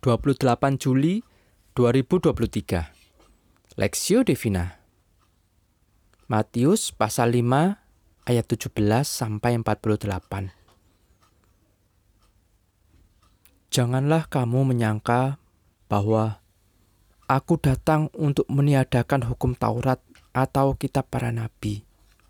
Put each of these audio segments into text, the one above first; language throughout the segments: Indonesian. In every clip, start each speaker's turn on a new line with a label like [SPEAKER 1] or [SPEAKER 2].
[SPEAKER 1] 28 Juli 2023. Lexio Divina. Matius pasal 5 ayat 17 sampai 48. Janganlah kamu menyangka bahwa aku datang untuk meniadakan hukum Taurat atau kitab para nabi.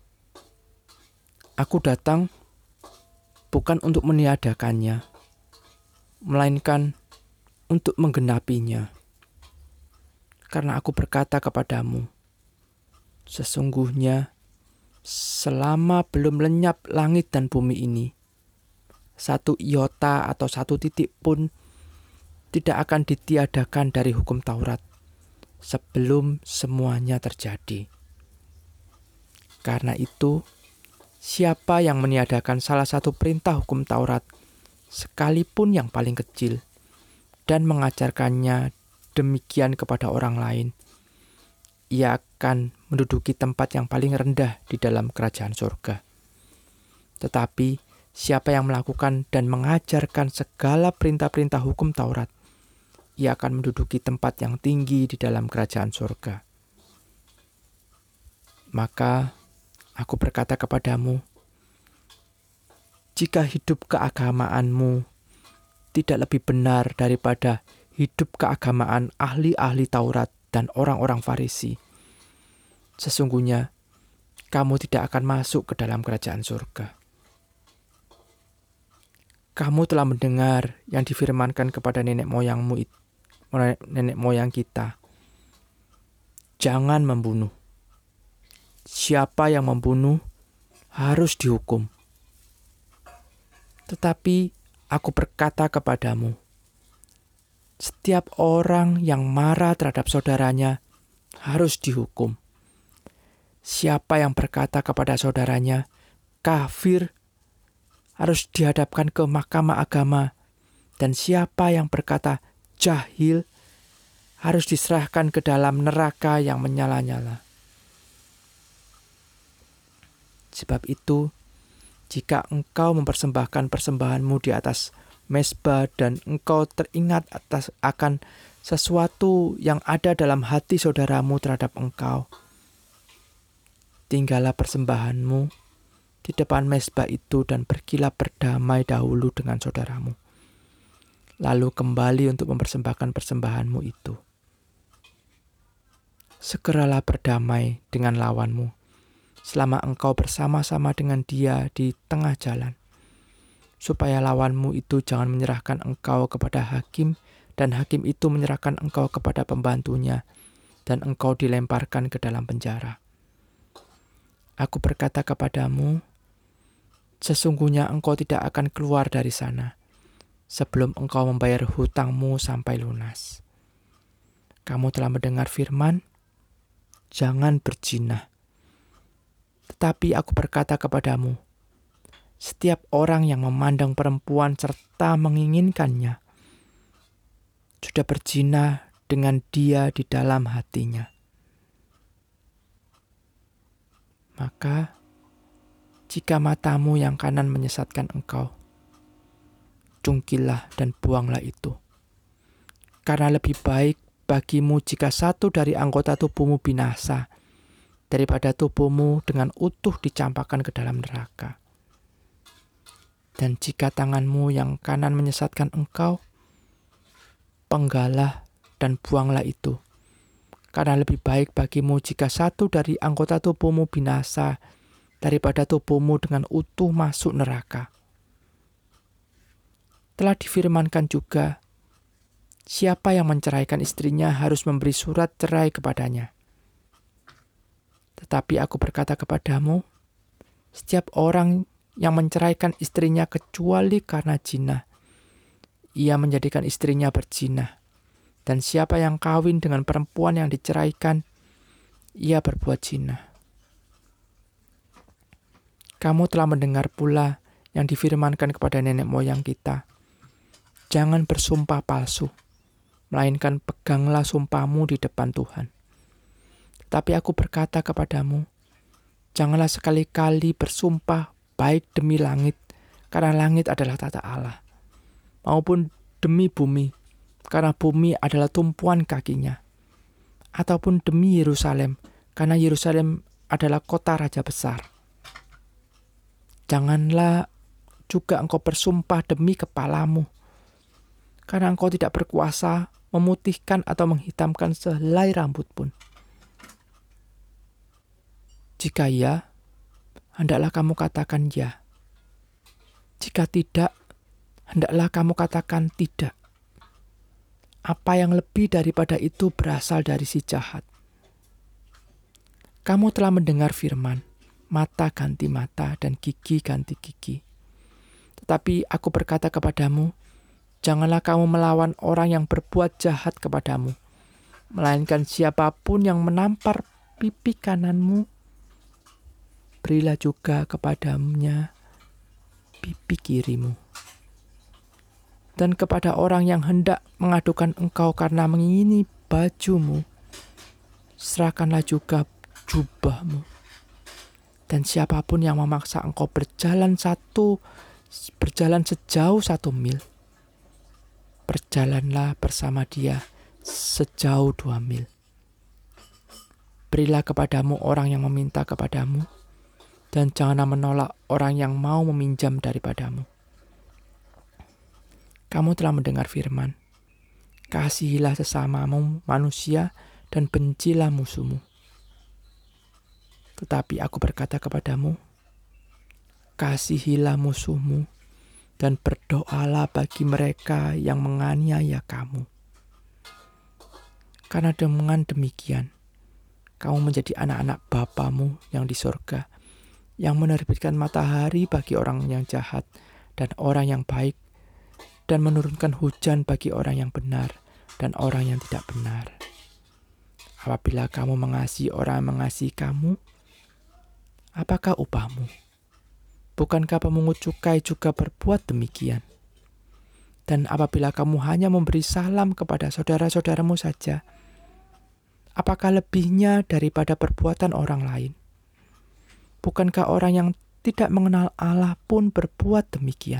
[SPEAKER 1] Aku datang bukan untuk meniadakannya, melainkan untuk menggenapinya. Karena aku berkata kepadamu, sesungguhnya selama belum lenyap langit dan bumi ini, satu iota atau satu titik pun tidak akan ditiadakan dari hukum Taurat sebelum semuanya terjadi. Karena itu, siapa yang meniadakan salah satu perintah hukum Taurat, sekalipun yang paling kecil, dan mengajarkannya demikian kepada orang lain, ia akan menduduki tempat yang paling rendah di dalam kerajaan surga. Tetapi siapa yang melakukan dan mengajarkan segala perintah-perintah hukum Taurat, ia akan menduduki tempat yang tinggi di dalam kerajaan surga. Maka aku berkata kepadamu, jika hidup keagamaanmu tidak lebih benar daripada hidup keagamaan ahli-ahli Taurat dan orang-orang Farisi, sesungguhnya kamu tidak akan masuk ke dalam kerajaan surga. Kamu telah mendengar yang difirmankan kepada nenek moyang kita. Jangan membunuh. Siapa yang membunuh harus dihukum. Tetapi aku berkata kepadamu, setiap orang yang marah terhadap saudaranya harus dihukum. Siapa yang berkata kepada saudaranya, kafir, harus dihadapkan ke mahkamah agama. Dan siapa yang berkata, jahil, harus diserahkan ke dalam neraka yang menyala-nyala. Sebab itu, jika engkau mempersembahkan persembahanmu di atas mezbah dan engkau teringat akan sesuatu yang ada dalam hati saudaramu terhadap engkau, tinggallah persembahanmu di depan mezbah itu dan pergilah berdamai dahulu dengan saudaramu. Lalu kembali untuk mempersembahkan persembahanmu itu. Segeralah berdamai dengan lawanmu selama engkau bersama-sama dengan dia di tengah jalan, supaya lawanmu itu jangan menyerahkan engkau kepada hakim, dan hakim itu menyerahkan engkau kepada pembantunya, dan engkau dilemparkan ke dalam penjara. Aku berkata kepadamu, sesungguhnya engkau tidak akan keluar dari sana sebelum engkau membayar hutangmu sampai lunas. Kamu telah mendengar firman, jangan berzina. Tetapi aku berkata kepadamu, setiap orang yang memandang perempuan serta menginginkannya sudah berzina dengan dia di dalam hatinya. Maka, jika matamu yang kanan menyesatkan engkau, cungkilah dan buanglah itu. Karena lebih baik bagimu jika satu dari anggota tubuhmu binasa, daripada tubuhmu dengan utuh dicampakkan ke dalam neraka. Dan jika tanganmu yang kanan menyesatkan engkau, penggalah dan buanglah itu. Karena lebih baik bagimu jika satu dari anggota tubuhmu binasa, daripada tubuhmu dengan utuh masuk neraka. Telah difirmankan juga, siapa yang menceraikan istrinya harus memberi surat cerai kepadanya. Tetapi aku berkata kepadamu, setiap orang yang menceraikan istrinya kecuali karena zina, ia menjadikan istrinya berzina. Dan siapa yang kawin dengan perempuan yang diceraikan, ia berbuat zina. Kamu telah mendengar pula yang difirmankan kepada nenek moyang kita, jangan bersumpah palsu, melainkan peganglah sumpahmu di depan Tuhan. Tapi aku berkata kepadamu, janganlah sekali-kali bersumpah baik demi langit, karena langit adalah tata Allah, maupun demi bumi, karena bumi adalah tumpuan kakinya, ataupun demi Yerusalem, karena Yerusalem adalah kota raja besar. Janganlah juga engkau bersumpah demi kepalamu, karena engkau tidak berkuasa memutihkan atau menghitamkan sehelai rambut pun. Jika ya, hendaklah kamu katakan ya. Jika tidak, hendaklah kamu katakan tidak. Apa yang lebih daripada itu berasal dari si jahat. Kamu telah mendengar firman, mata ganti mata dan gigi ganti gigi. Tetapi aku berkata kepadamu, janganlah kamu melawan orang yang berbuat jahat kepadamu, melainkan siapapun yang menampar pipi kananmu, berilah juga kepadanya pipi kirimu. Dan kepada orang yang hendak mengadukan engkau karena mengingini bajumu, serahkanlah juga jubahmu. Dan siapapun yang memaksa engkau berjalan sejauh 1 mil, berjalanlah bersama dia sejauh 2 mil. Berilah kepadamu orang yang meminta kepadamu, dan janganlah menolak orang yang mau meminjam daripadamu. Kamu telah mendengar firman, kasihilah sesamamu manusia dan bencilah musuhmu. Tetapi aku berkata kepadamu, kasihilah musuhmu dan berdoalah bagi mereka yang menganiaya kamu. Karena dengan demikian, kamu menjadi anak-anak Bapamu yang di surga, yang menerbitkan matahari bagi orang yang jahat dan orang yang baik, dan menurunkan hujan bagi orang yang benar dan orang yang tidak benar. Apabila kamu mengasihi orang yang mengasihi kamu, apakah upahmu? Bukankah pemungut cukai juga berbuat demikian? Dan apabila kamu hanya memberi salam kepada saudara-saudaramu saja, apakah lebihnya daripada perbuatan orang lain? Bukankah orang yang tidak mengenal Allah pun berbuat demikian?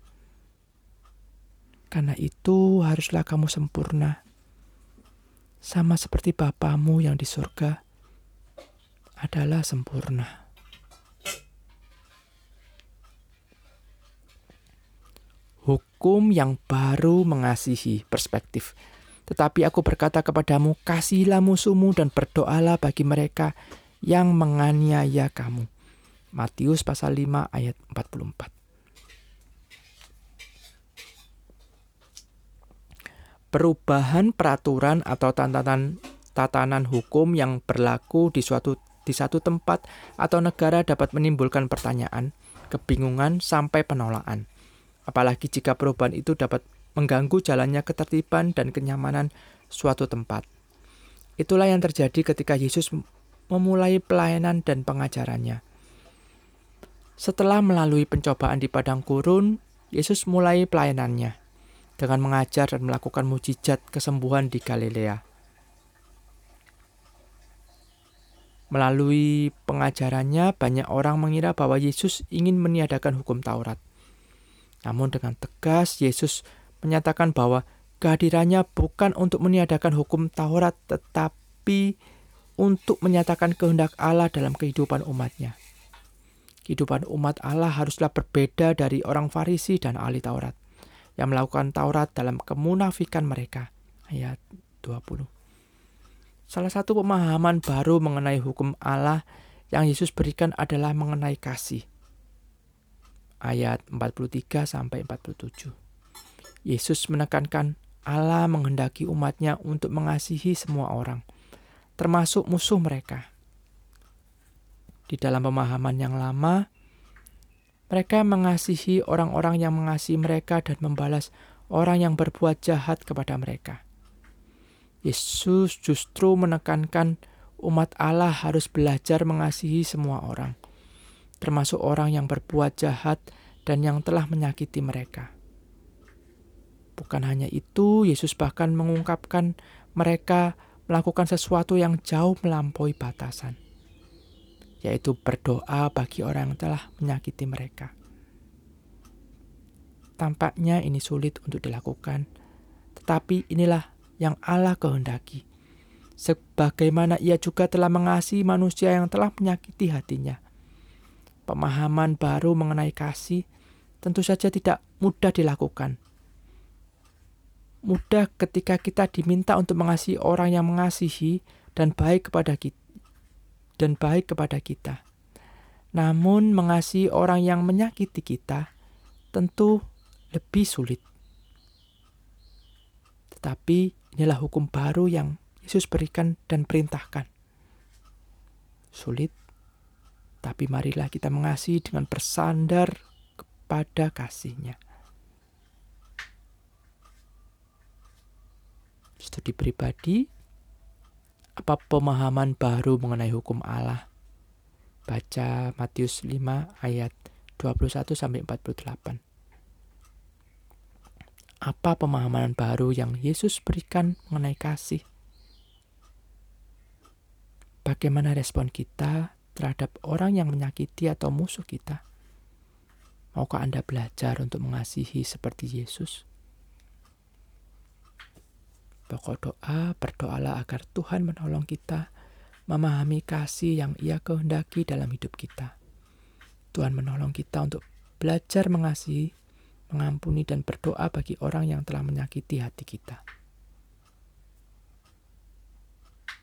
[SPEAKER 1] Karena itu haruslah kamu sempurna, sama seperti Bapamu yang di surga adalah sempurna. Hukum yang baru mengasihi perspektif. Tetapi aku berkata kepadamu, kasihilah musuhmu dan berdoalah bagi mereka yang menganiaya kamu. Matius pasal 5 ayat 44. Perubahan peraturan atau tatanan hukum yang berlaku di satu tempat atau negara dapat menimbulkan pertanyaan, kebingungan, sampai penolakan. Apalagi jika perubahan itu dapat mengganggu jalannya ketertiban dan kenyamanan suatu tempat. Itulah yang terjadi ketika Yesus memulai pelayanan dan pengajarannya. Setelah melalui pencobaan di padang gurun, Yesus mulai pelayanannya dengan mengajar dan melakukan mukjizat kesembuhan di Galilea. Melalui pengajarannya, banyak orang mengira bahwa Yesus ingin meniadakan hukum Taurat. Namun dengan tegas, Yesus menyatakan bahwa kehadirannya bukan untuk meniadakan hukum Taurat, tetapi untuk menyatakan kehendak Allah dalam kehidupan umatnya. Kehidupan umat Allah haruslah berbeda dari orang Farisi dan ahli Taurat yang melakukan Taurat dalam kemunafikan mereka. Ayat 20. Salah satu pemahaman baru mengenai hukum Allah yang Yesus berikan adalah mengenai kasih. Ayat 43-47. Yesus menekankan Allah menghendaki umatnya untuk mengasihi semua orang, termasuk musuh mereka. Di dalam pemahaman yang lama, mereka mengasihi orang-orang yang mengasihi mereka dan membalas orang yang berbuat jahat kepada mereka. Yesus justru menekankan umat Allah harus belajar mengasihi semua orang, termasuk orang yang berbuat jahat dan yang telah menyakiti mereka. Bukan hanya itu, Yesus bahkan mengungkapkan mereka melakukan sesuatu yang jauh melampaui batasan, yaitu berdoa bagi orang yang telah menyakiti mereka. Tampaknya ini sulit untuk dilakukan, Tetapi inilah yang Allah kehendaki, sebagaimana Ia juga telah mengasihi manusia yang telah menyakiti hatinya. Pemahaman baru mengenai kasih tentu saja tidak mudah dilakukan. Mudah ketika kita diminta untuk mengasihi orang yang mengasihi dan baik kepada kita. Namun mengasihi orang yang menyakiti kita tentu lebih sulit. Tetapi inilah hukum baru yang Yesus berikan dan perintahkan. Sulit, tapi marilah kita mengasihi dengan bersandar kepada kasih-Nya. Studi pribadi, apa pemahaman baru mengenai hukum Allah? Baca Matius 5 ayat 21-48. Apa pemahaman baru yang Yesus berikan mengenai kasih? Bagaimana respon kita terhadap orang yang menyakiti atau musuh kita? Maukah Anda belajar untuk mengasihi seperti Yesus? Pokok doa, berdoalah agar Tuhan menolong kita memahami kasih yang Ia kehendaki dalam hidup kita. Tuhan menolong kita untuk belajar mengasihi, mengampuni, dan berdoa bagi orang yang telah menyakiti hati kita.